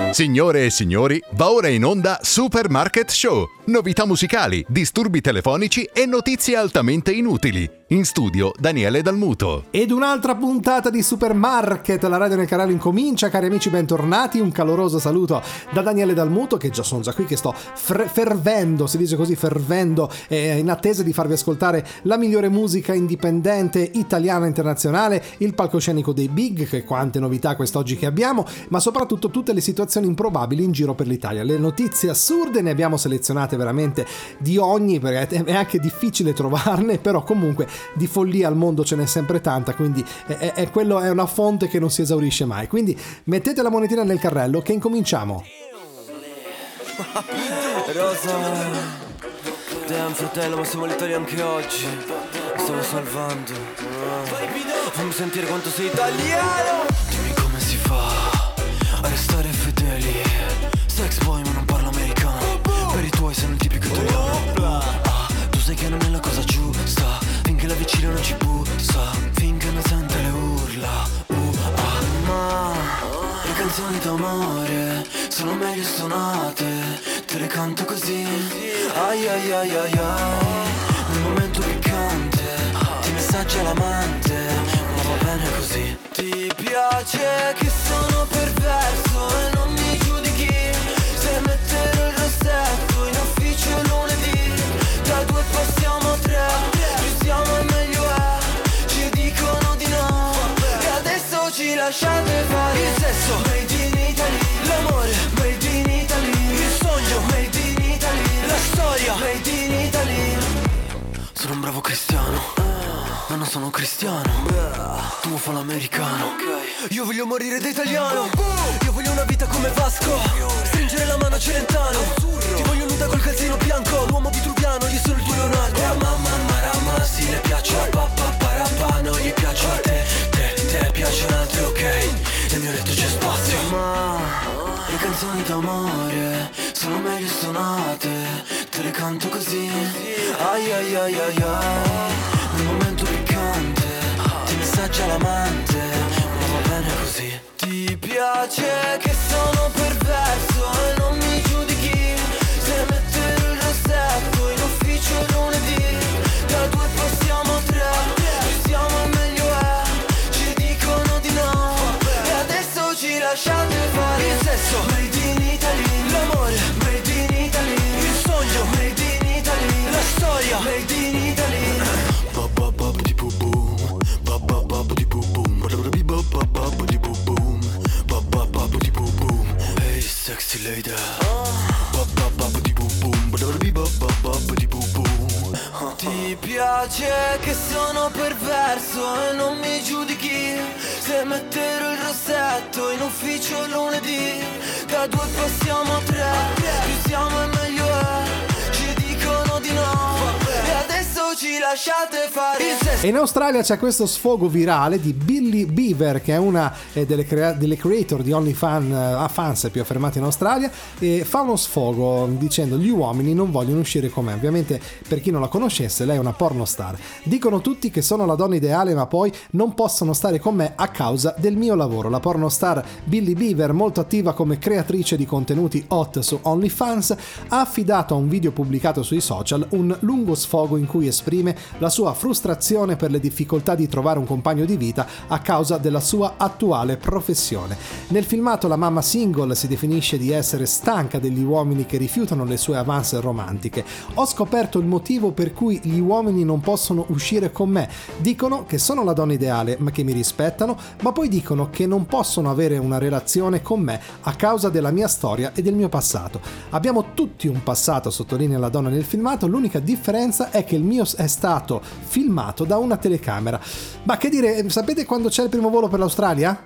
Signore e signori, va ora in onda Supermarket Show. Novità musicali, disturbi telefonici e notizie altamente inutili. In studio Daniele Dalmuto. Ed un'altra puntata di Supermarket, la radio nel canale incomincia. Cari amici, bentornati. Un caloroso saluto da Daniele Dalmuto, che sono già qui, che sto fervendo, si dice così, fervendo, in attesa di farvi ascoltare la migliore musica indipendente italiana e internazionale, il palcoscenico dei big, che quante novità quest'oggi che abbiamo, ma soprattutto tutte le situazioni improbabili in giro per l'Italia. Le notizie assurde ne abbiamo selezionate veramente di ogni, perché è anche difficile trovarne, però comunque di follia al mondo ce n'è sempre tanta, quindi è una fonte che non si esaurisce mai. Quindi mettete la monetina nel carrello che incominciamo. Rosa, damn fratello, ma siamo l'Italia anche oggi. Mi stavo salvando. Fammi sentire quanto sei italiano. Dimmi come si fa a restare fedeli. Sex boy ma non parlo americano. Per i tuoi sei un tipico italiano. Tu sai che non è la cosa giusta. Finché la vicina non ci bussa, finché non sente le urla. Ma le canzoni d'amore sono meglio suonate. Te le canto così. Ai ai ai ai ai. Nel momento piccante ti messaggia l'amante, ma va bene così. Ti piace che sono perverso e non mi giudichi. Se mettere il rossetto in ufficio lunedì, da due passiamo a tre, più siamo e meglio è. Ci dicono di no e adesso ci lasciate fare. Il sesso made in Italy, l'amore made in Italy, il sogno made in Italy, la storia made in Italy. Sono un bravo cristiano, ma non sono cristiano. Tu fa l'americano, io voglio morire da italiano. Io voglio una vita come Vasco, stringere la mano a Celentano. Ti voglio nuda col calzino bianco, l'uomo vitruviano, io sono il tuo Leonardo. Mamma marama, sì le piaccio a papà parapà, non gli piaccio a te piacciono altri, ok, nel mio letto c'è spazio. Ma le canzoni d'amore sono meglio suonate, te le canto così. Ai ai ai ai ai. Nel momento piccante ti messaggia l'amante, ma va bene così. Ti piace che sono perverso e non mi giudichi. Se mettere il rossetto in ufficio lunedì, da due passiamo a tre, più siamo e meglio è. Ci dicono di no e adesso ci lasciate fare. Il sesso made in Italy, l'amore made in Italy, il sogno made in Italy, la storia made in Italy. Hey sexy lady, ti piace che sono perverso e non mi giudichi. Se mettere il rossetto in ufficio lunedì, da due passiamo a tre, più siamo e meglio è. Ci dicono di no e adesso ci lasciate fare. E in Australia c'è questo sfogo virale di Billy Beaver, che è una delle creator di OnlyFans più affermate in Australia, e fa uno sfogo dicendo: gli uomini non vogliono uscire con me. Ovviamente, per chi non la conoscesse, lei è una pornostar. Dicono tutti che sono la donna ideale, ma poi non possono stare con me a causa del mio lavoro. La pornostar Billy Beaver, molto attiva come creatrice di contenuti hot su OnlyFans, ha affidato a un video pubblicato sui social un lungo sfogo in cui esprime la sua frustrazione per le difficoltà di trovare un compagno di vita a causa della sua attuale professione. Nel filmato la mamma single si definisce di essere stanca degli uomini che rifiutano le sue avance romantiche. Ho scoperto il motivo per cui gli uomini non possono uscire con me. Dicono che sono la donna ideale, ma che mi rispettano, ma poi dicono che non possono avere una relazione con me a causa della mia storia e del mio passato. Abbiamo tutti un passato, sottolinea la donna nel filmato, l'unica differenza è che il mio è stato filmato da una telecamera. Ma che dire, sapete quando c'è il primo volo per l'Australia?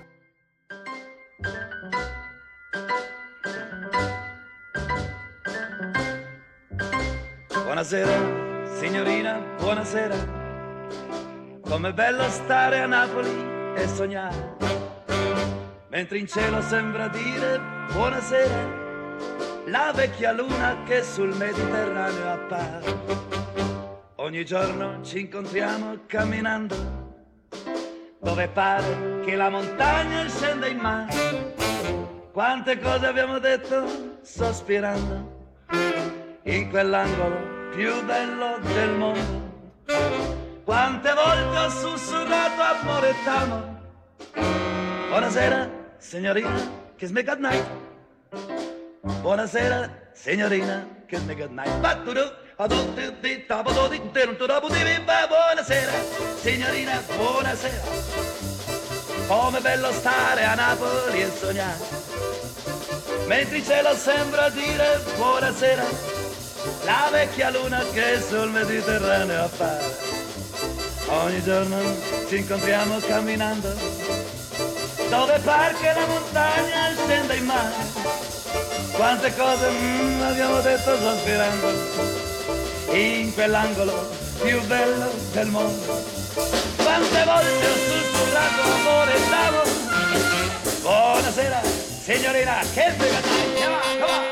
Buonasera, signorina, buonasera. Com'è bello stare a Napoli e sognare, mentre in cielo sembra dire buonasera la vecchia luna che sul Mediterraneo appare. Ogni giorno ci incontriamo camminando, dove pare che la montagna scenda in mare. quante cose abbiamo detto sospirando in quell'angolo più bello del mondo. Quante volte ho sussurrato amore t'amo. Buonasera signorina, kiss me good night. Buonasera signorina, kiss me good night. Buonasera signorina, buonasera. Com'è bello stare a Napoli e sognare, mentre il cielo sembra dire buonasera, la vecchia luna che sul Mediterraneo appare. Ogni giorno ci incontriamo camminando, dove par che la montagna scende in mare. Quante cose abbiamo detto sospirando in quell'angolo più bello del mondo. Quante volte ho sussurrato amore t'amo. Buonasera signorina, che bella night, come on.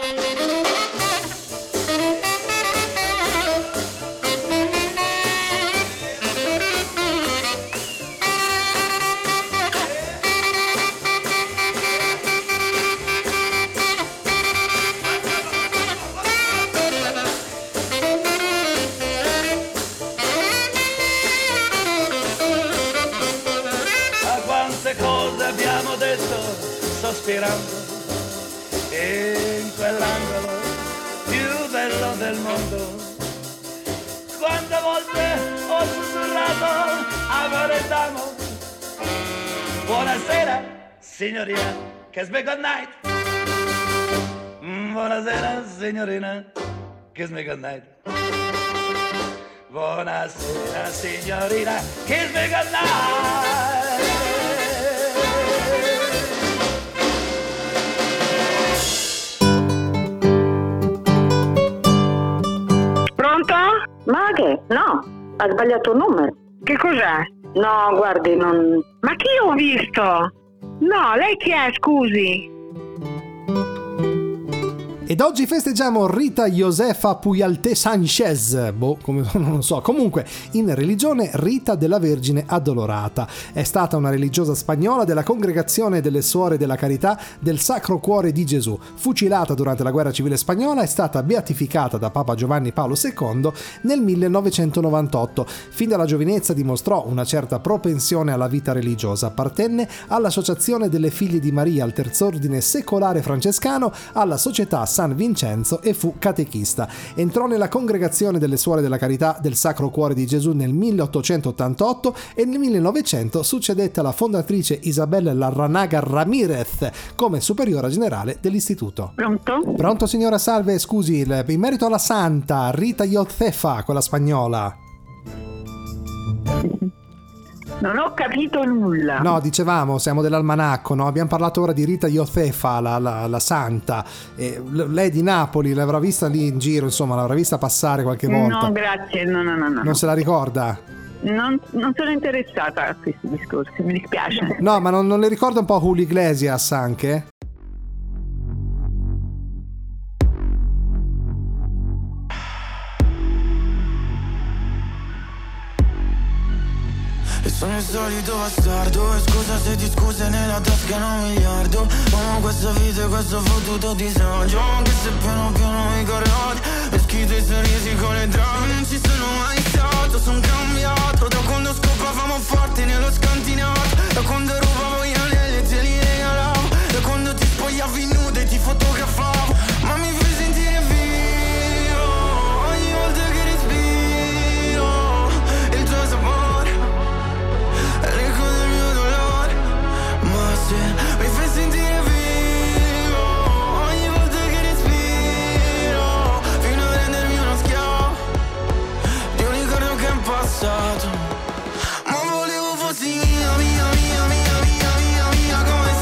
Sospirando in quell'angolo più bello del mondo. Quante volte ho sussurrato amore t'amo. Buonasera signorina, kiss me good night. Buonasera signorina, kiss me good night. Buonasera signorina, kiss me good night. Ma che? No, ha sbagliato il numero. Che cos'è? No, guardi, non... Ma chi ho visto? No, lei chi è, scusi? Ed oggi festeggiamo Rita Josefa Puyalté Sánchez, come non lo so, comunque in religione Rita della Vergine Addolorata. È stata una religiosa spagnola della Congregazione delle Suore della Carità del Sacro Cuore di Gesù. Fucilata durante la Guerra Civile Spagnola, è stata beatificata da Papa Giovanni Paolo II nel 1998. Fin dalla giovinezza dimostrò una certa propensione alla vita religiosa. Appartenne all'Associazione delle Figlie di Maria, al Terz'Ordine Secolare Francescano, alla Società San Vincenzo e fu catechista. Entrò nella Congregazione delle Suore della Carità del Sacro Cuore di Gesù nel 1888 e nel 1900 succedette alla fondatrice Isabel Larranaga Ramirez come superiora generale dell'istituto. Pronto? Pronto signora, salve, scusi, in merito alla santa Rita Josefa, quella spagnola. Non ho capito nulla. No, dicevamo, siamo dell'almanacco, no? Abbiamo parlato ora di Rita Josefa, la santa. Lei è di Napoli, l'avrà vista lì in giro, insomma, l'avrà vista passare qualche volta. No, grazie, no. Non se la ricorda? Non sono interessata a questi discorsi, mi dispiace. No, ma non le ricorda un po' Julio Iglesias anche? Sono il solito bastardo, e scusa se ti scuse nella tasca un miliardo. Amo questa vita e questo fottuto disagio, anche se piano piano mi corrodi. E schito i sorrisi con le drame, non ci sono mai stato, son cambiato. Da quando scopavamo forte nello scantinato, da quando rubavo gli anelli e te li regalavo, da quando ti spogliavi nude e ti fotografavo. Ma mi fai sentire vivo, ogni volta che respiro il tuo sapore. Mi fai sentire vivo ogni volta che respiro, fino a rendermi uno schiavo di un ricordo che è passato. Ma volevo fossi mia, come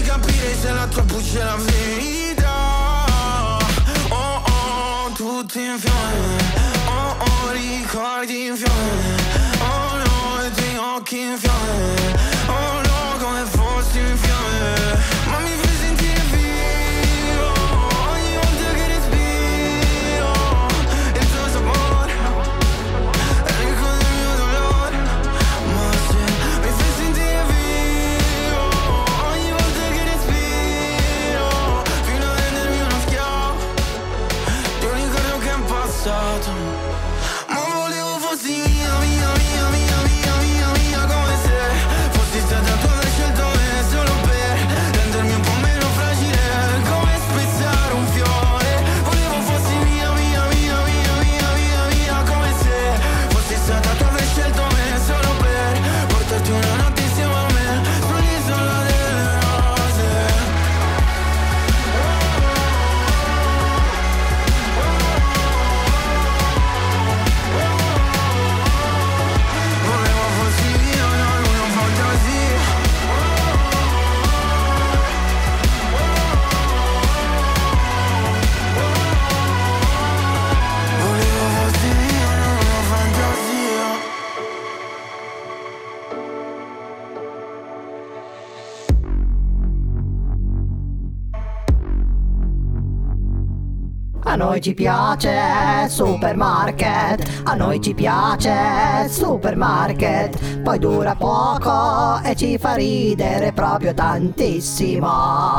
capire se la tua voce è la verità. Oh oh, tutti in fiamme. Oh oh, ricordi in fiamme. Oh no, i tuoi occhi in fiamme. Oh no, come fossi in fiamme. Ma mi fai sentire vivo ogni volta che respiro il tuo sapore. Ricordo il mio dolore. Ma se mi fai sentire vivo ogni volta che respiro, fino a rendermi uno schiavo di un ricordo che è passato. Ma volevo fossi mia, mia, mia, mia, mia, mia, mia, come se fossi stata tu aver scelto me solo per rendermi un po' meno fragile, come spezzare un fiore. Volevo fossi mia, mia, mia, mia, mia, mia, mia, come se fossi stata tu aver scelto me solo per portarti una notte insieme a me sull'isola delle rose. Volevo fossi io, no, una fantasia. Volevo fossi io, no, una fantasia. A noi ci piace Supermarket, a noi ci piace Supermarket, poi dura poco e ci fa ridere proprio tantissimo.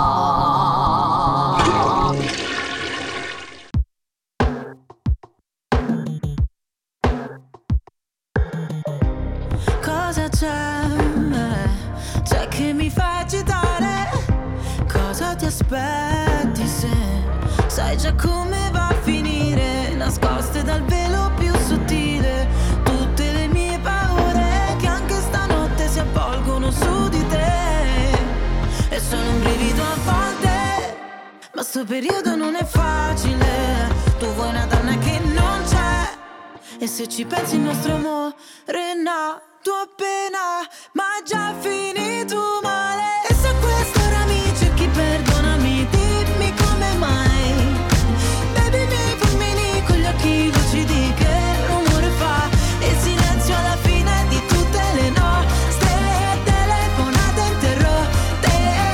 Cosa c'è? C'è che mi fa agitare? Cosa ti aspetti se sai già come va a finire? Nascoste dal velo più sottile tutte le mie paure che anche stanotte si avvolgono su di te. E sono un brivido a volte, ma sto periodo non è facile. Tu vuoi una donna che non c'è, e se ci pensi il nostro amore è nato appena, ma già finito male. E se questo ora mi cerchi, perdonami, dimmi come mai. Baby, mi fulmini con gli occhi lucidi, che rumore fa il silenzio alla fine di tutte le nostre telefonate interrotte.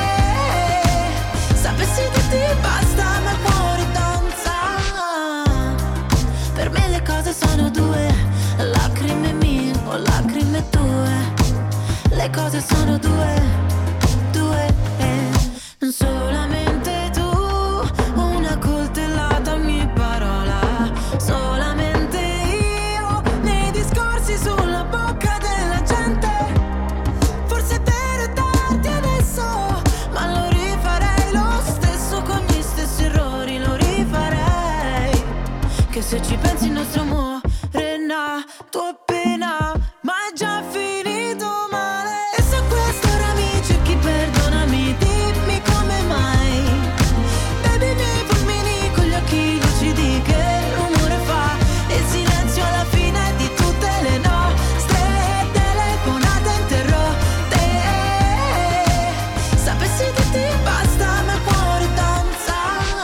Sapessi che ti basta, ma il cuore danza. Per me le cose sono due, lacrime mie o lacrime tue. Le cose sono due, due, solamente tu, una coltellata ogni parola, solamente io, nei discorsi sulla bocca della gente. Forse è vero tardi adesso, ma lo rifarei lo stesso, con gli stessi errori lo rifarei. Che se ci pensi il nostro amore è nato appena, ma è già finito male. E se questo ora mi cerchi, perdonami, dimmi come mai. Baby, mi fulmini con gli occhi lucidi, che rumore fa il silenzio alla fine di tutte le nostre telefonate interrotte. Sapessi che ti basta, ma il cuore danza.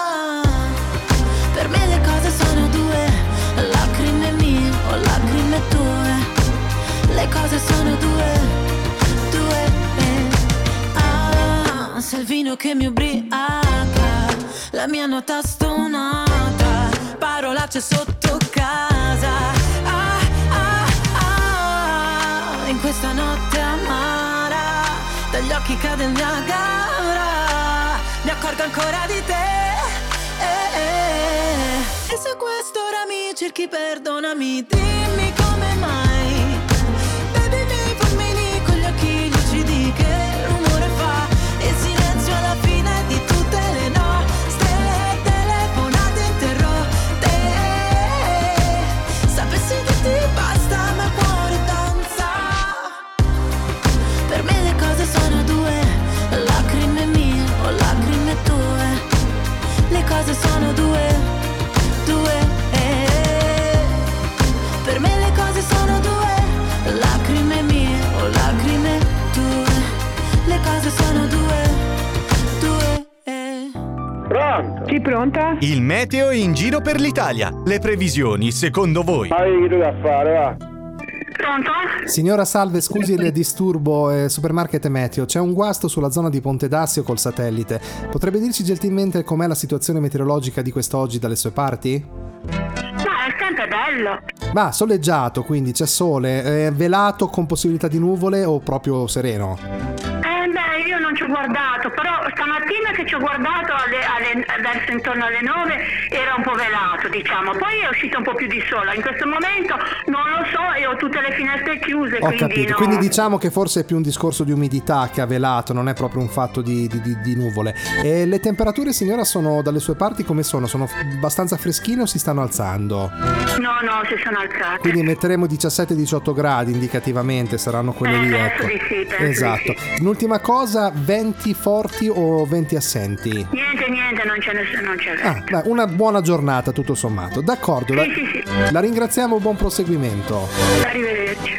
Per me le cose sono due, lacrime mie o lacrime tue. Le cose sono due, due, ah, se il vino che mi ubriaca, la mia nota stonata, parolacce sotto casa. Ah, ah, ah, in questa notte amara, dagli occhi cade il Niagara, mi accorgo ancora di te. E se questo ora mi cerchi, perdonami, dimmi come mai. Baby, mi fulmini con gli occhi lucidi, che rumore fa il silenzio alla fine di tutte le nostre telefonate interrotte. Sapessi che ti basta, ma il cuore danza. Per me le cose sono due, lacrime mie o lacrime tue. Le cose sono due, due, per me le Pronto? Chi pronta? Il meteo in giro per l'Italia. Le previsioni, secondo voi? Ma che tu da fare, va? Pronto? Signora salve, scusi il disturbo, Supermarket Meteo. C'è un guasto sulla zona di Ponte d'Assio col satellite. Potrebbe dirci gentilmente com'è la situazione meteorologica di quest'oggi dalle sue parti? No, è sempre bello. Ma soleggiato, quindi c'è sole, velato con possibilità di nuvole o proprio sereno? Beh, io non ci ho guardato, però stamattina che ci ho guardato verso intorno alle 9 era un po' velato, diciamo. Poi è uscito un po' più di sole. In questo momento non lo so e ho tutte le finestre chiuse. Ho quindi capito, no. quindi diciamo che forse è più un discorso di umidità che ha velato, non è proprio un fatto di nuvole. E le temperature, signora, sono dalle sue parti come sono? Sono abbastanza freschine o si stanno alzando? No, si sono alzate. Quindi metteremo 17-18 gradi indicativamente, saranno quelle lì, penso ecco. di sì, penso esatto. di sì. Un'ultima cosa, venti forti o venti assenti? Niente, non c'è nessuno. Beh, una buona giornata tutto sommato. D'accordo, Sì. la ringraziamo, buon proseguimento. Arrivederci.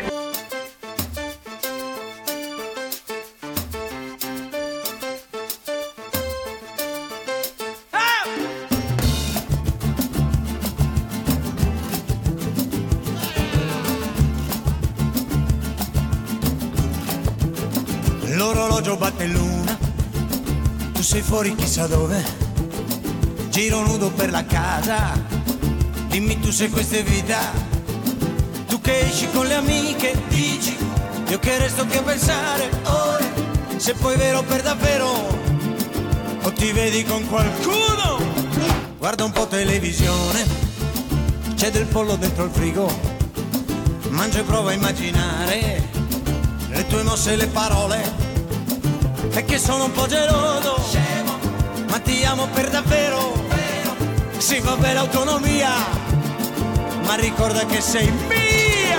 L'orologio batte l'una, tu sei fuori chissà dove, giro nudo per la casa, dimmi tu se questa è vita, tu che esci con le amiche, dici, io che resto qui a pensare, ore, se poi è vero per davvero, o ti vedi con qualcuno, guarda un po' televisione, c'è del pollo dentro il frigo, mangia e prova a immaginare, le tue mosse e le parole, è che sono un po' geloso, scemo, ma ti amo per davvero, vero. Sì, va bene l'autonomia, ma ricorda che sei mia.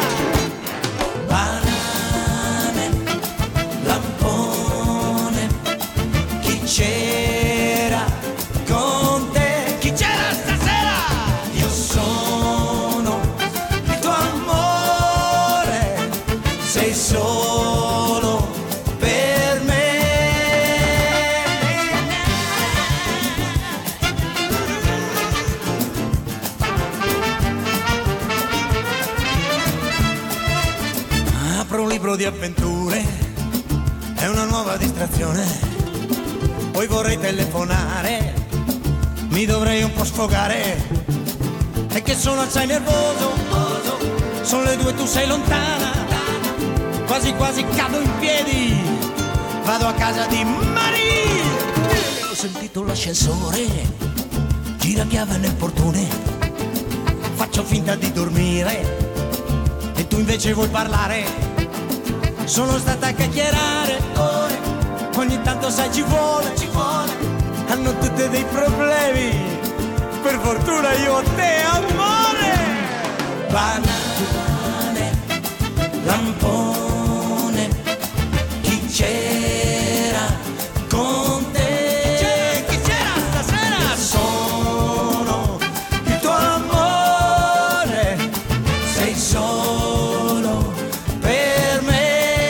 Banane, lampone, chi c'era con te? Chi c'era stasera? Io sono il tuo amore, sei solo per me. Apro un libro di avventure, è una nuova distrazione, poi vorrei telefonare, mi dovrei un po' sfogare, è che sono assai nervoso, sono le 2, tu sei lontana, quasi quasi cado in piedi, vado a casa di Maria. Ho sentito l'ascensore, gira chiave nel portone, faccio finta di dormire e tu invece vuoi parlare. Sono stata a chiacchierare ore, ogni tanto sai ci vuole, hanno tutte dei problemi, per fortuna io ho te amore. Banane, lampone, chi c'era con te? Chi c'era stasera? Sono il tuo amore, sei solo per me.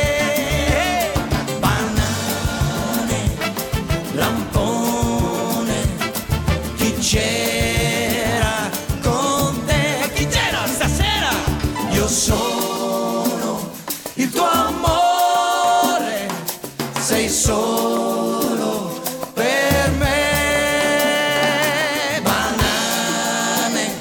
Banane, lampone, chi c'era con te? Chi c'era stasera? Io sono il tuo amore, sei solo per me. Banane,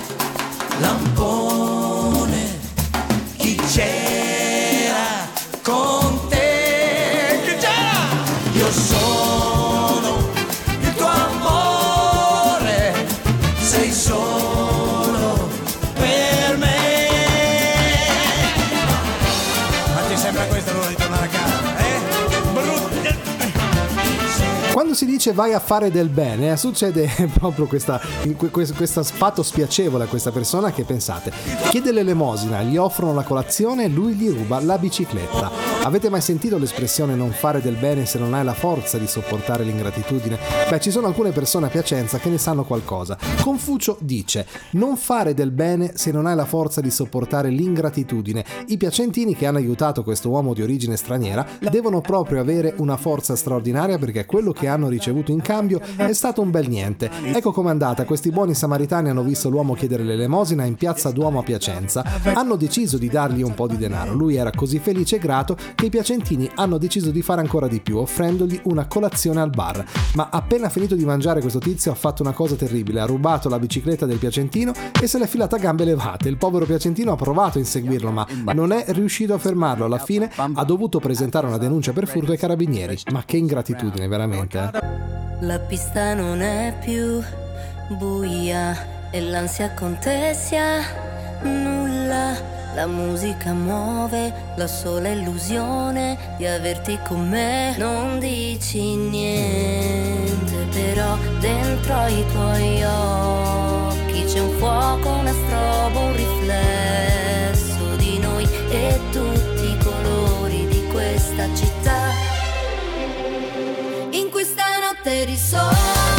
lampone, chi c'era con te? Chi c'era? Io sono il tuo amore, sei solo per me. Ma ti sembra questa l'ora di tornare a casa, eh? Quando si dice vai a fare del bene, succede proprio questo fatto spiacevole a questa persona che, pensate, chiede l'elemosina, gli offrono la colazione e lui gli ruba la bicicletta. Avete mai sentito l'espressione non fare del bene se non hai la forza di sopportare l'ingratitudine? Beh, ci sono alcune persone a Piacenza che ne sanno qualcosa. Confucio dice: non fare del bene se non hai la forza di sopportare l'ingratitudine. I piacentini che hanno aiutato questo uomo di origine straniera devono proprio avere una forza straordinaria, perché quello che hanno ricevuto in cambio è stato un bel niente. Ecco com'è andata. Questi buoni samaritani hanno visto l'uomo chiedere l'elemosina in piazza Duomo a Piacenza. Hanno deciso di dargli un po' di denaro. Lui era così felice e grato che i piacentini hanno deciso di fare ancora di più, offrendogli una colazione al bar. Ma appena finito di mangiare, questo tizio ha fatto una cosa terribile: ha rubato la bicicletta del piacentino e se l'è filata a gambe levate. Il povero piacentino ha provato a inseguirlo, ma non è riuscito a fermarlo. Alla fine ha dovuto presentare una denuncia per furto ai carabinieri. Ma che ingratitudine, veramente. La pista non è più buia e l'ansia contessa nulla. La musica muove la sola illusione di averti con me. Non dici niente, però dentro ai tuoi occhi c'è un fuoco, una strobo, un riflesso di noi e tutti i colori di questa città. In questa notte di sole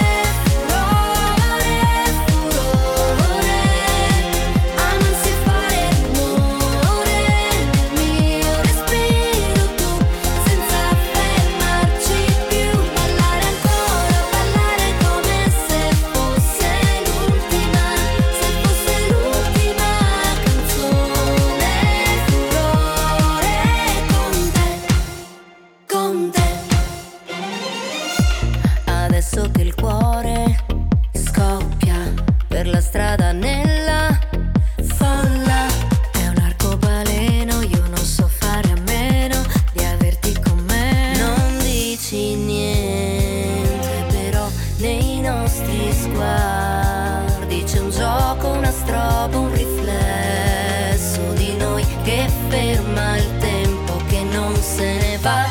strada nella folla è un arcobaleno, io non so fare a meno di averti con me. Non dici niente, però nei nostri sguardi c'è un gioco, una strobo, un riflesso di noi che ferma il tempo che non se ne va.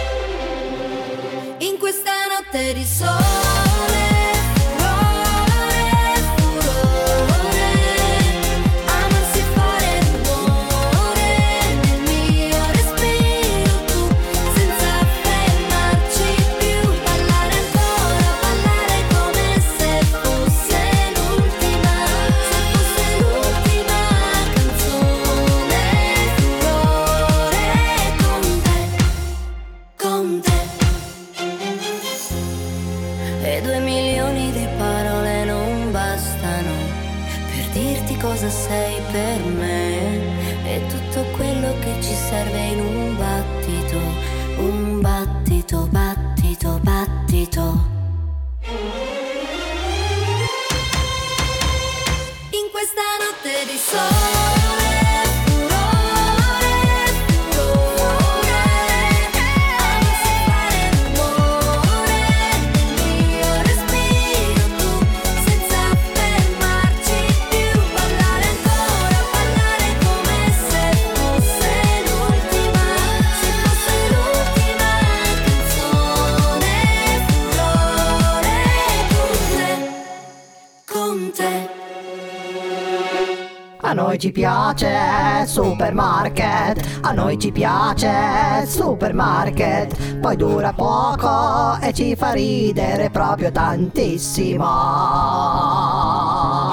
In questa notte di sole cosa sei per me, è tutto quello che ci serve in un battito, battito, battito. In questa notte di sole a noi ci piace Supermarket, a noi ci piace Supermarket, poi dura poco e ci fa ridere proprio tantissimo.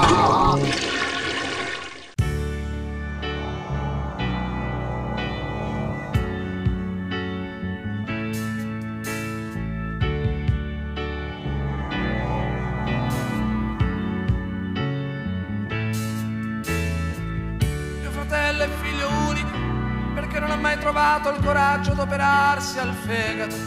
Trovato il coraggio d'operarsi al fegato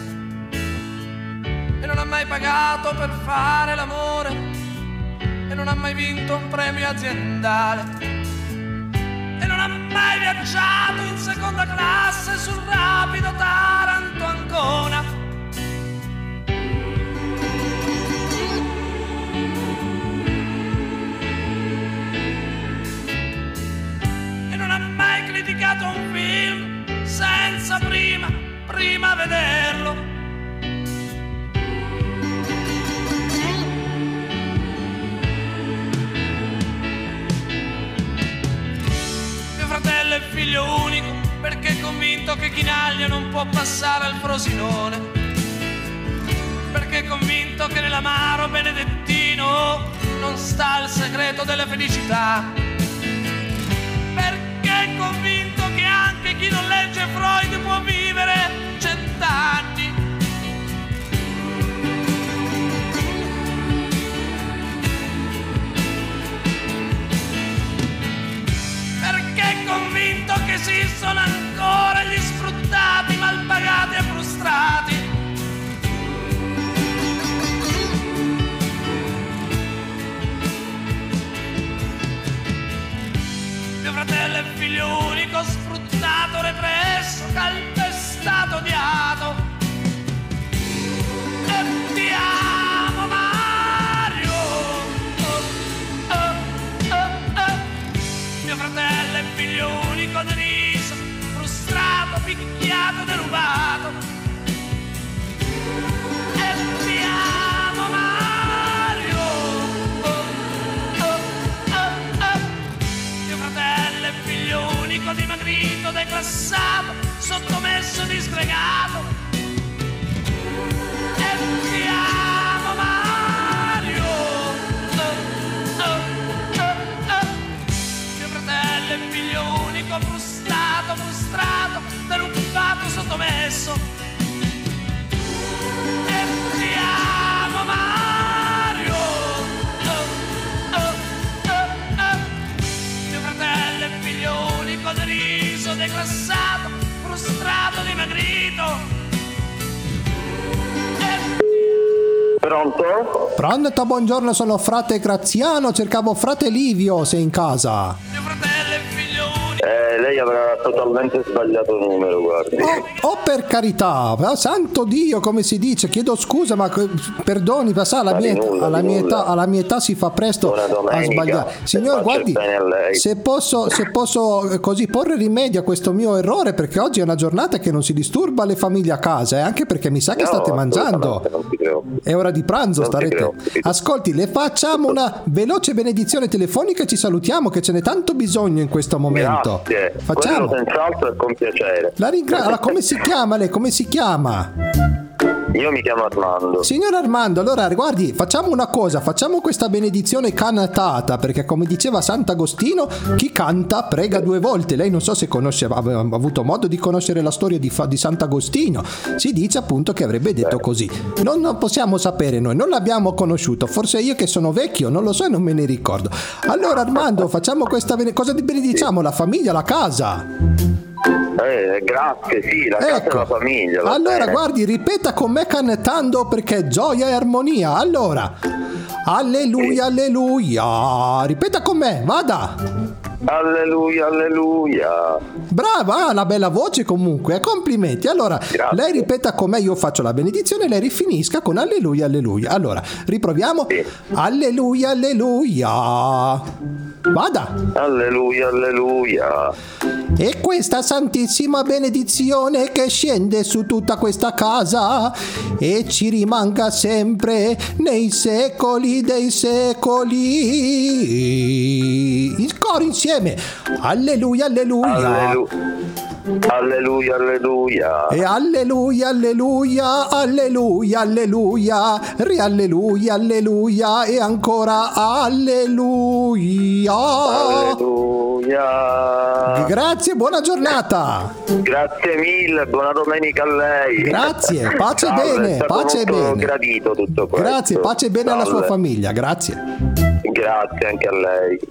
e non ha mai pagato per fare l'amore e non ha mai vinto un premio aziendale e non ha mai viaggiato in seconda classe sul rapido Taranto-Ancona e non ha mai criticato un film senza prima vederlo. Mio fratello è figlio unico perché è convinto che Chinaglia non può passare al Frosinone, perché è convinto che nell'amaro benedettino non sta il segreto della felicità, perché è convinto che anche chi non legge Freud può vivere 100 anni. frustrati. Mio fratello è figlio unico, sfruttato, represso, calpestato, odiato. E ti amo Mario. Mio fratello è figlio unico, deriso, frustrato, picchiato, derubato. E ti amo Mario. Mio fratello è figlio unico, dimagrito, declassato, sottomesso, disgregato. E ti amo Mario. Mio fratello è figlio unico, frustrato, derubato, sottomesso. E ti amo Mario. Mio fratello è figlio unico, deriso, declassato, frustrato, dimagrito. Pronto? Pronto, buongiorno, sono frate Graziano, cercavo frate Livio, sei in casa? Lei avrà totalmente sbagliato il numero, guardi. Oh, per carità, santo Dio, come si dice, chiedo scusa, ma perdoni, alla mia età si fa presto a sbagliare. Signor, guardi, se posso così porre rimedio a questo mio errore, perché oggi è una giornata che non si disturba le famiglie a casa, anche perché mi sa che state mangiando. È ora di pranzo, starete. Ascolti, le facciamo una veloce benedizione telefonica e ci salutiamo, che ce n'è tanto bisogno in questo momento. Grazie. Facciamo. Quello senz'altro e con piacere. La ringrazio. Allora, come si chiama lei? Come si chiama? Io mi chiamo Armando. Signor Armando, allora guardi, facciamo una cosa, facciamo questa benedizione cantata, perché come diceva Sant'Agostino, chi canta prega 2 volte. Lei non so se aveva avuto modo di conoscere la storia di Sant'Agostino. Si dice appunto che avrebbe detto così. Non possiamo sapere noi, non l'abbiamo conosciuto, forse io che sono vecchio, non lo so e non me ne ricordo. Allora Armando, facciamo questa cosa di benediciamo la famiglia, la casa. Grazie, sì, la casa e la famiglia. Allora, bene. guardi, ripeta con me cantando, perché gioia e armonia. Allora, alleluia, alleluia. Ripeta con me, vada. Alleluia, alleluia. Brava, ha una bella voce comunque, complimenti. Allora, grazie. Lei ripeta con me, io faccio la benedizione e lei rifinisca con alleluia, alleluia. Allora, riproviamo. Sì. Alleluia, alleluia. Vada. Alleluia, alleluia. E questa santissima benedizione che scende su tutta questa casa e ci rimanga sempre nei secoli dei secoli. Il coro insieme. Alleluia, alleluia. Alleluia, alleluia. E alleluia, alleluia, alleluia, alleluia, rialleluia, alleluia e ancora alleluia. Alleluia. Grazie, buona giornata. Grazie mille, buona domenica a lei. Grazie, pace e bene, pace e bene. Gradito tutto questo. Grazie, pace e bene alla sua famiglia, grazie. Grazie anche a lei.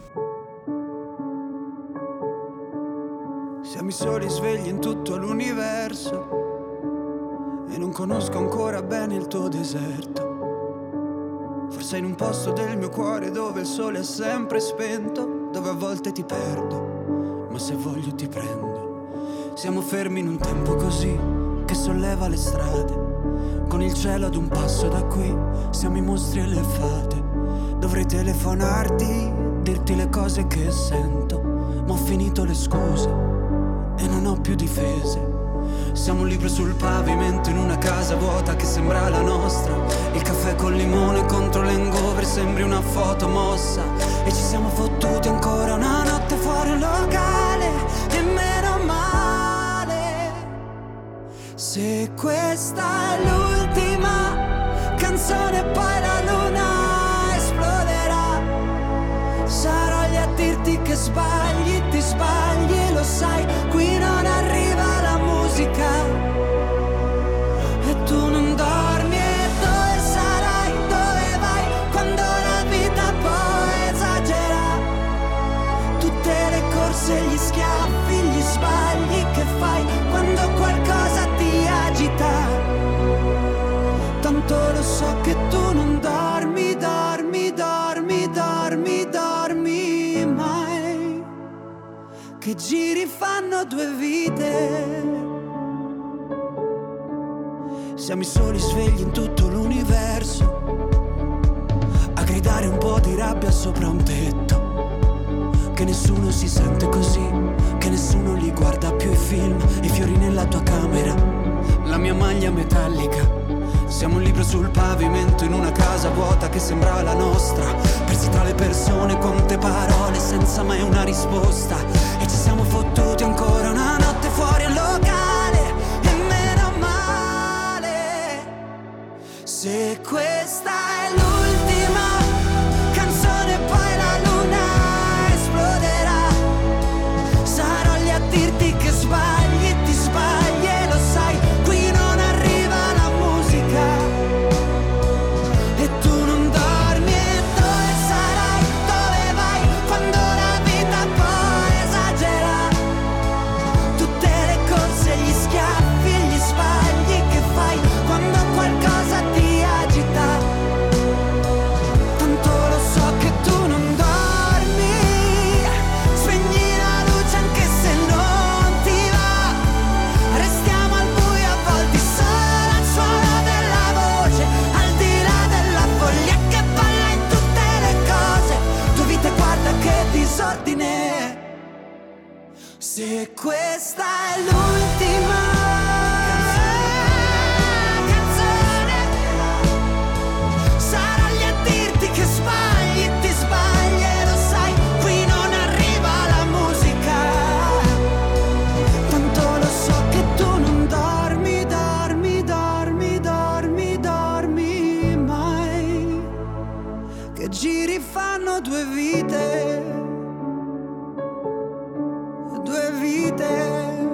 Siamo i soli svegli in tutto l'universo e non conosco ancora bene il tuo deserto. Forse in un posto del mio cuore dove il sole è sempre spento, dove a volte ti perdo, ma se voglio ti prendo. Siamo fermi in un tempo così che solleva le strade, con il cielo ad un passo da qui, siamo i mostri e le fate. Dovrei telefonarti, dirti le cose che sento, ma ho finito le scuse e non ho più difese. Siamo un libro sul pavimento in una casa vuota che sembra la nostra. Il caffè col limone contro l'hangover sembri una foto mossa. E ci siamo fottuti ancora una notte fuori un locale, e meno male. Se questa è l'ultima canzone poi la luna esploderà, sarò lì a dirti che sbagli, ti sbagli, lo sai, qui non arriva la musica e tu non dormi. E dove sarai, dove vai, quando la vita poi esagera, tutte le corse, gli schiaffi, gli sbagli che fai, quando qualcosa ti agita. so che tu non dormi mai, che giri fanno due vite. Siamo i soli svegli in tutto l'universo, a gridare un po' di rabbia sopra un tetto. Che nessuno si sente così, che nessuno li guarda più i film. I fiori nella tua camera, la mia maglia metallica. Siamo un libro sul pavimento in una casa vuota che sembra la nostra, persi tra le persone, quante parole senza mai una risposta. E ci siamo fottuti ancora una notte fuori al locale, e meno male. Se questa è l'ultima canzone poi la luna esploderà, sarò lì a dirti che sbagli, ti sbagli e lo sai. Qui non arriva la musica e tu non dormi. E dove sarai, dove vai, quando la vita poi esagera? Tutte le corse, gli schiaffi e gli sbagli che fai quando qualcosa ti agita. Tanto lo so che tu non dormi, spegni la luce anche se non ti va. Restiamo al buio avvolti solo al suono della voce, al di là della follia che balla in tutte le cose. Tua vita guarda che disordine. Se questa è l'ultima canzone, sarò lì a dirti che sbagli, ti sbagli e lo sai. Qui non arriva la musica, tanto lo so che tu non dormi mai, che giri fanno due vite, due vite.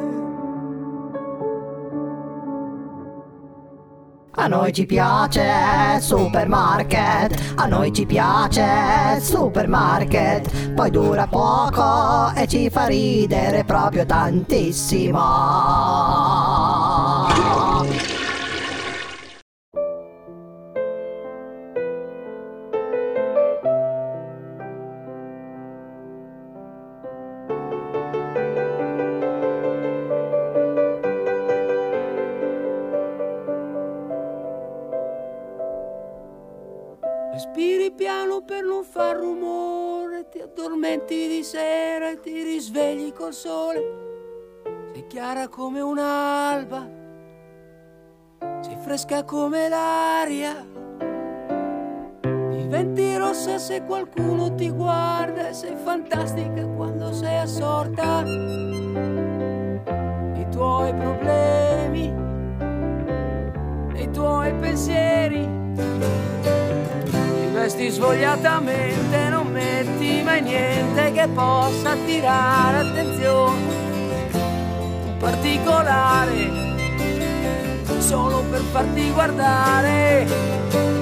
A noi ci piace Supermarket, a noi ci piace Supermarket, poi dura poco e ci fa ridere proprio tantissimo. Respiri piano per non far rumore, ti addormenti di sera e ti risvegli col sole. Sei chiara come un'alba, sei fresca come l'aria, diventi rossa se qualcuno ti guarda e sei fantastica quando sei assorta. I tuoi problemi, i tuoi pensieri, vesti svogliatamente, non metti mai niente che possa attirare attenzione. Un particolare, solo per farti guardare.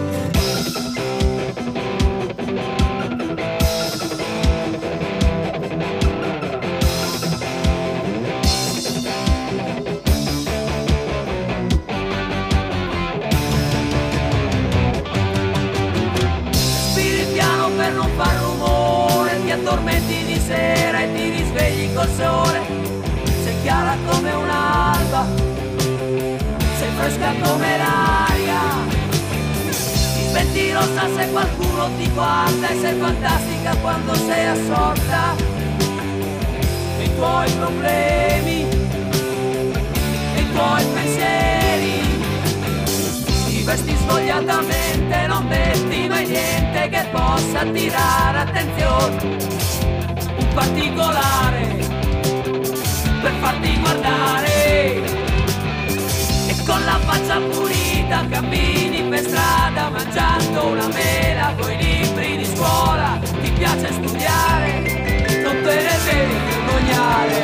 Per non far rumore, ti addormenti di sera e ti risvegli col sole. Sei chiara come un'alba, sei fresca come l'aria, diventi rossa se qualcuno ti guarda e sei fantastica quando sei assorta. I tuoi problemi, i tuoi pensieri, ti vesti svogliatamente, non metti mai niente che possa attirare attenzione. Un particolare per farti guardare, e con la faccia pulita cammini per strada mangiando una mela coi libri di scuola. Ti piace studiare, non te ne devi vergognare.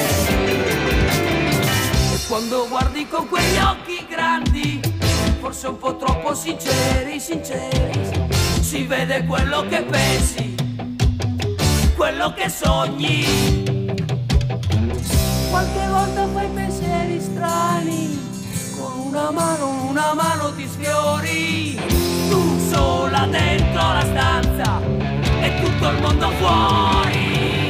E quando guardi con quegli occhi grandi, forse un po' troppo sinceri, si vede quello che pensi, quello che sogni. Qualche volta fai pensieri strani, con una mano ti sfiori. fuori.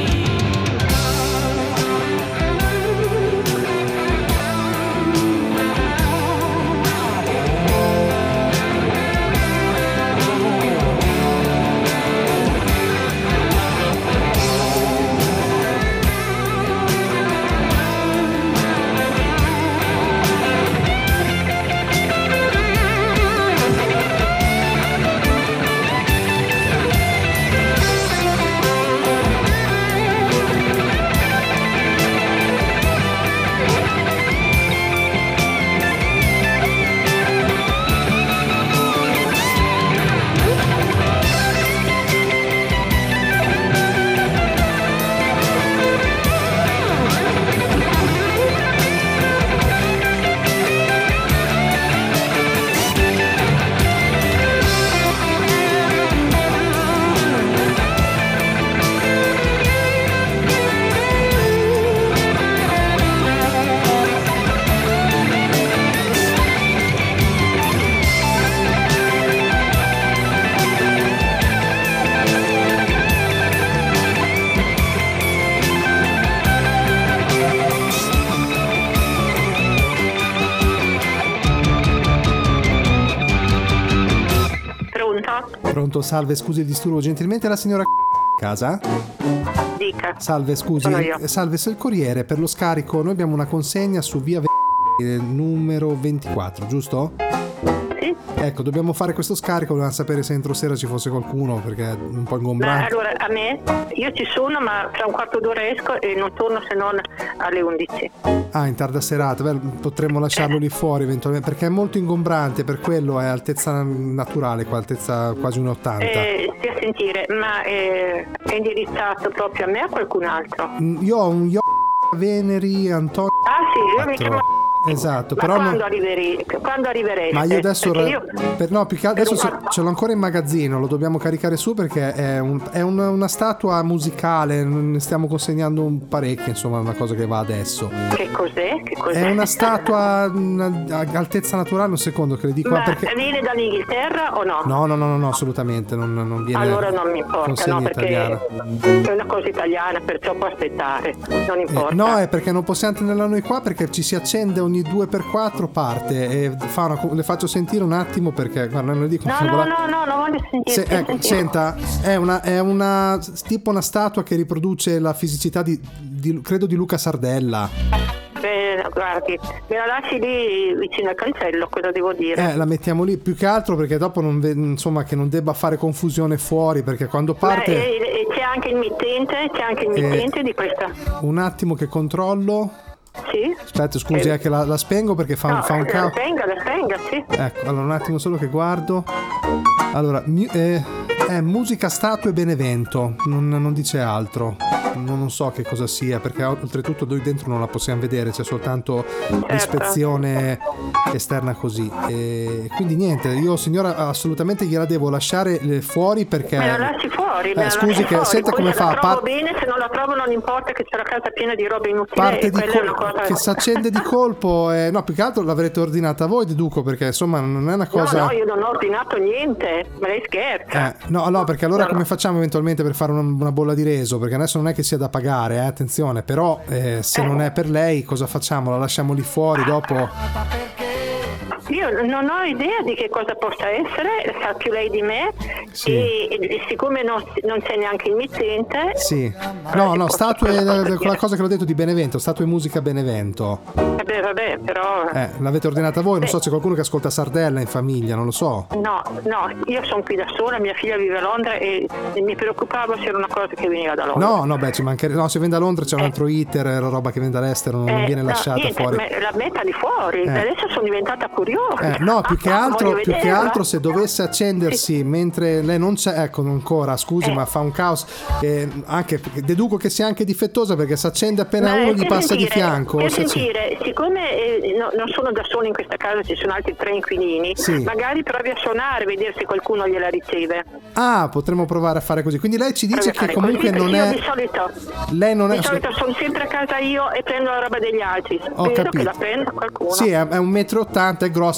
Pronto, salve, scusi il disturbo, gentilmente la signora casa? Dica. Salve, scusi, Sono io. salve, sono il corriere per lo scarico, noi abbiamo una consegna su via numero 24, giusto? Sì. Ecco, dobbiamo fare questo scarico, volevamo sapere se entro sera ci fosse qualcuno perché è un po' Ma ingombrante. allora, a me, io ci sono, ma tra un quarto d'ora esco e non torno se non alle 11. Ah, in tarda serata, beh, potremmo lasciarlo lì fuori eventualmente perché è molto ingombrante, per quello è altezza naturale, qua altezza quasi 1,80. Stia a sentire, ma è indirizzato proprio a me o a qualcun altro? Io ho un Veneri Antonio. Ah sì, io mi chiamo... Esatto, Ma però quando arriverete? ma io adesso Perché io- no, più che adesso ce l'ho ancora in magazzino, lo dobbiamo caricare su perché è una statua musicale, ne stiamo consegnando un parecchio, insomma, una cosa che va adesso. Che cos'è? Che cos'è? È una statua a altezza naturale, un secondo che le dico Ma perché viene dall'Inghilterra o no? No, assolutamente non viene. Allora non mi importa, consegna no, perché italiana. è una cosa italiana, perciò può aspettare, non importa. No, è perché non possiamo tenerla noi qua perché ci si accende ogni 2x4 parte e le faccio sentire un attimo perché guarda, non le dico No, non voglio sentire. ecco, senta, è una tipo una statua che riproduce la fisicità credo di Luca Sardella. Guardi, me la lasci lì vicino al cancello, cosa devo dire? La mettiamo lì più che altro perché dopo insomma che non debba fare confusione fuori perché quando parte. E c'è anche il mittente, di questa. Un attimo che controllo. Sì. Aspetta, scusi, che la spengo perché fa un caos. La spenga, sì. Ecco, allora un attimo solo che guardo. Allora, musica, statue, Benevento, non dice altro. Non so che cosa sia perché oltretutto noi dentro non la possiamo vedere, c'è soltanto l'ispezione esterna così. E quindi niente, io signora assolutamente gliela devo lasciare fuori perché. Me la lasci fuori, scusi che senta come fa. Se la trovo bene, se non la trovo non importa che c'è la casa piena di roba inutile. Parte di che si accende di colpo, no, più che altro l'avrete ordinata voi, deduco, perché insomma non è una cosa. No, io non ho ordinato niente, ma lei scherza. No, perché allora come facciamo eventualmente per fare una bolla di reso? Perché adesso non è che sia da pagare, attenzione, però se non è per lei cosa facciamo? La lasciamo lì fuori dopo? Io non ho idea di che cosa possa essere, sa più lei di me, sì. e siccome non c'è neanche il mittente. Sì. No, statue, quella cosa che l'ho detto di Benevento, statue musica Benevento. Vabbè, però. L'avete ordinata voi? Non so, c'è qualcuno che ascolta Sardella in famiglia, non lo so. No, io sono qui da sola, mia figlia vive a Londra e mi preoccupavo se era una cosa che veniva da Londra. No, ci mancherebbe. No, se viene da Londra c'è un altro iter, la roba che viene dall'estero non viene lasciata fuori. La metta di fuori, adesso sono diventata curiosa. No, più che altro se dovesse accendersi mentre lei non c'è, ecco, ancora, scusi, ma fa un caos. Anche deduco che sia anche difettosa perché si accende appena uno gli passa di fianco. Siccome non sono da solo in questa casa, ci sono altri 3 inquilini, magari provi a suonare, vedere se qualcuno gliela riceve. Potremmo provare a fare così. Quindi lei ci dice che comunque non è. Di solito, lei non è. Di solito sono sempre a casa io e prendo la roba degli altri. Ho Vedo capito. che la prendo qualcuno. Sì, è 1,80 m, è grossa.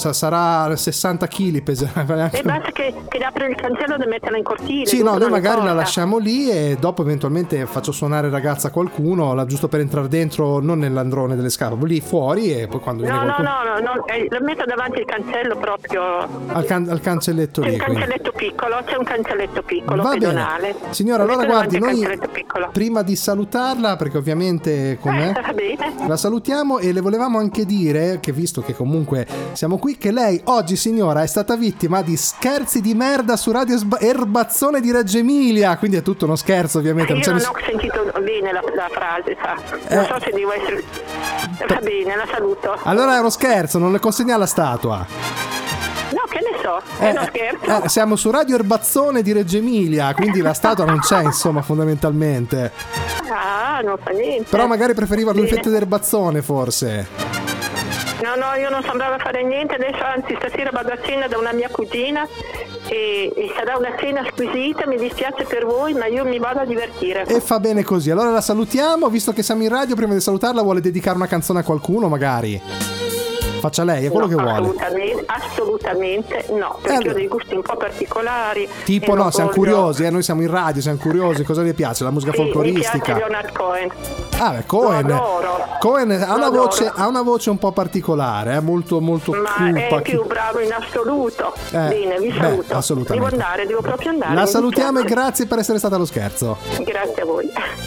sarà 60 kg, peserà. E basta che apre il cancello e metterla in cortile. Sì, no, noi magari la importa. lasciamo lì e dopo eventualmente faccio suonare ragazza a qualcuno, giusto per entrare dentro, non nell'androne delle scale, lì fuori, e poi quando viene No, qualcuno... lo metto davanti al cancello proprio. Al cancelletto C'è lì. un cancelletto piccolo, Va pedonale. bene. Signora, Lo allora metto guardi, davanti al noi cancelletto piccolo. prima di salutarla, perché ovviamente com'è? Va bene. La salutiamo e le volevamo anche dire che, visto che comunque siamo qui, che lei oggi, signora, è stata vittima di scherzi di merda su Radio Erbazzone di Reggio Emilia, quindi è tutto uno scherzo, ovviamente. Io c'è non ness- ho sentito bene la frase, sa. Non so se devo essere... Va bene, la saluto. Allora è uno scherzo, non le consegna la statua. No, che ne so, è uno scherzo. Siamo su Radio Erbazzone di Reggio Emilia, quindi la statua non c'è, insomma, fondamentalmente. Ah, non fa niente. Però magari preferiva due Bene. fette d'erbazzone, forse. No, io non sembrava fare niente, adesso anzi stasera vado a cena da una mia cugina e sarà una cena squisita, mi dispiace per voi, ma io mi vado a divertire. E fa bene così. Allora la salutiamo, visto che siamo in radio, prima di salutarla vuole dedicare una canzone a qualcuno, magari? Faccia lei, è quello che vuole. Assolutamente no, perché ho dei gusti un po' particolari. Tipo e no, non siamo voglio- curiosi, noi siamo in radio, siamo curiosi, cosa le piace? La musica Sì, mi folcloristica? piace Leonard Cohen. Ah, beh, Cohen. Lo adoro. Cohen ha una Lo voce, adoro. ha una voce un po' particolare, molto molto Ma cupa. è più bravo in assoluto. Bene, vi saluto. assolutamente. Devo andare, devo proprio andare. La mi salutiamo e dispiace. grazie per essere stata allo scherzo. Grazie a voi.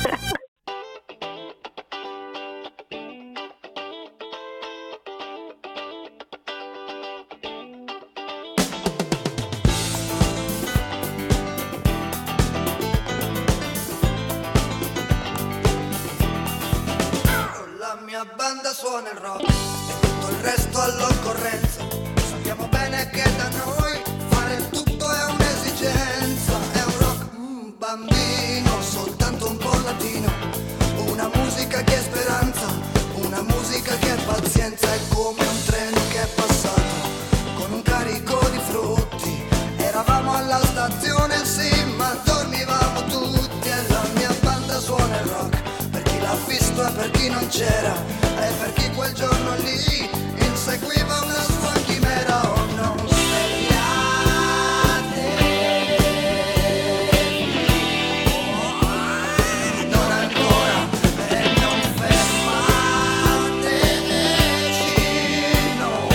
La mia banda suona il rock e tutto il resto all'occorrenza. Sappiamo bene che da noi fare tutto è un'esigenza. È un rock bambino, soltanto un po' latino. Una musica che è speranza, una musica che è pazienza. È come un treno che è passato con un carico di frutti. Eravamo alla stazione, sì, ma dormivamo tutti. E la mia banda suona il rock per chi l'ha visto e per chi non c'era, e per chi quel giorno lì inseguiva una sua chimera. Oh, non svegliatevi, non ancora, e non fermateci, no,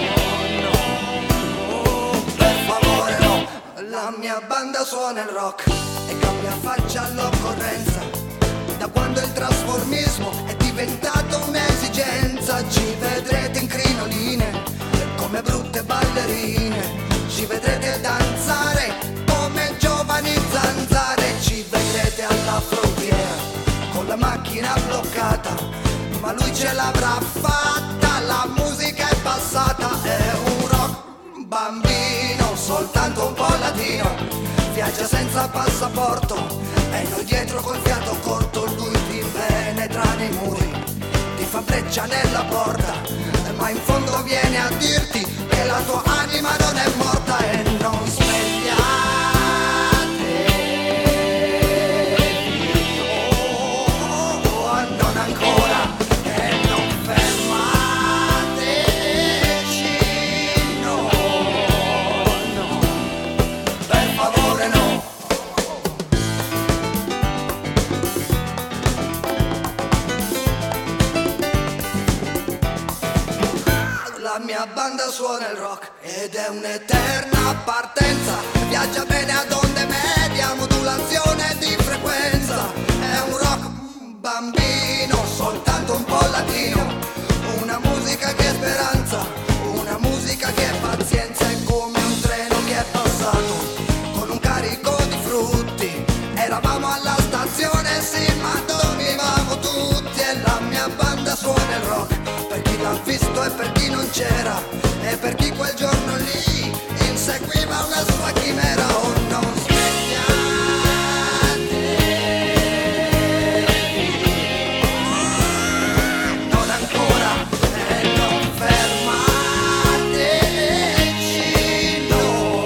per favore no. La mia banda suona il rock e cambia faccia all'occorrenza. Da quando il trasformismo è diventato un'esigenza, ci vedrete in crinoline come brutte ballerine, ci vedrete danzare come giovani zanzare, ci vedrete alla frontiera con la macchina bloccata, ma lui ce l'avrà fatta, la musica è passata. È un rock bambino, soltanto un po' latino, viaggia senza passaporto e noi dietro col fiato corto. Lui ti penetra nei muri, ti fa breccia nella porta, ma in fondo viene a dirti che la tua anima non è morta. E non svegliatevi, non ancora, e non fermateci, no, per favore no. La mia banda suona il rock ed è un'eterna partenza, viaggia bene ad onde medie, modulazione di frequenza. È un rock bambino, soltanto un po' latino, una musica che è speranza, una musica che è pazienza. È come un treno che è passato con un carico di frutti. Eravamo alla stazione, sì, ma dormivamo tutti. E la mia banda suona il rock per chi l'ha visto e per chi non c'era, e per chi quel giorno lì inseguiva una sua chimera. Oh, non svegliatevi, non ancora, e non fermateci, no,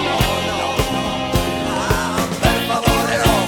per favore no.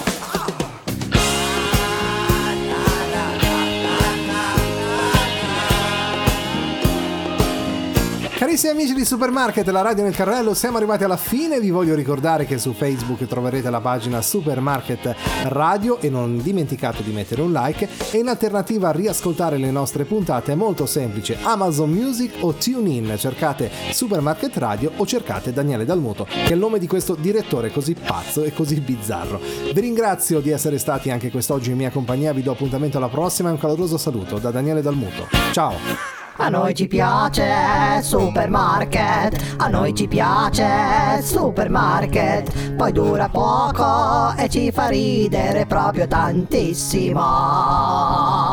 Carissimi amici di Supermarket, la radio nel carrello, siamo arrivati alla fine. Vi voglio ricordare che su Facebook troverete la pagina Supermarket Radio e non dimenticate di mettere un like. E in alternativa a riascoltare le nostre puntate è molto semplice: Amazon Music o TuneIn. Cercate Supermarket Radio o cercate Daniele Dalmuto, che è il nome di questo direttore così pazzo e così bizzarro. Vi ringrazio di essere stati anche quest'oggi in mia compagnia. Vi do appuntamento alla prossima e un caloroso saluto da Daniele Dalmuto. Ciao. A noi ci piace Supermarket, a noi ci piace Supermarket, poi dura poco e ci fa ridere proprio tantissimo.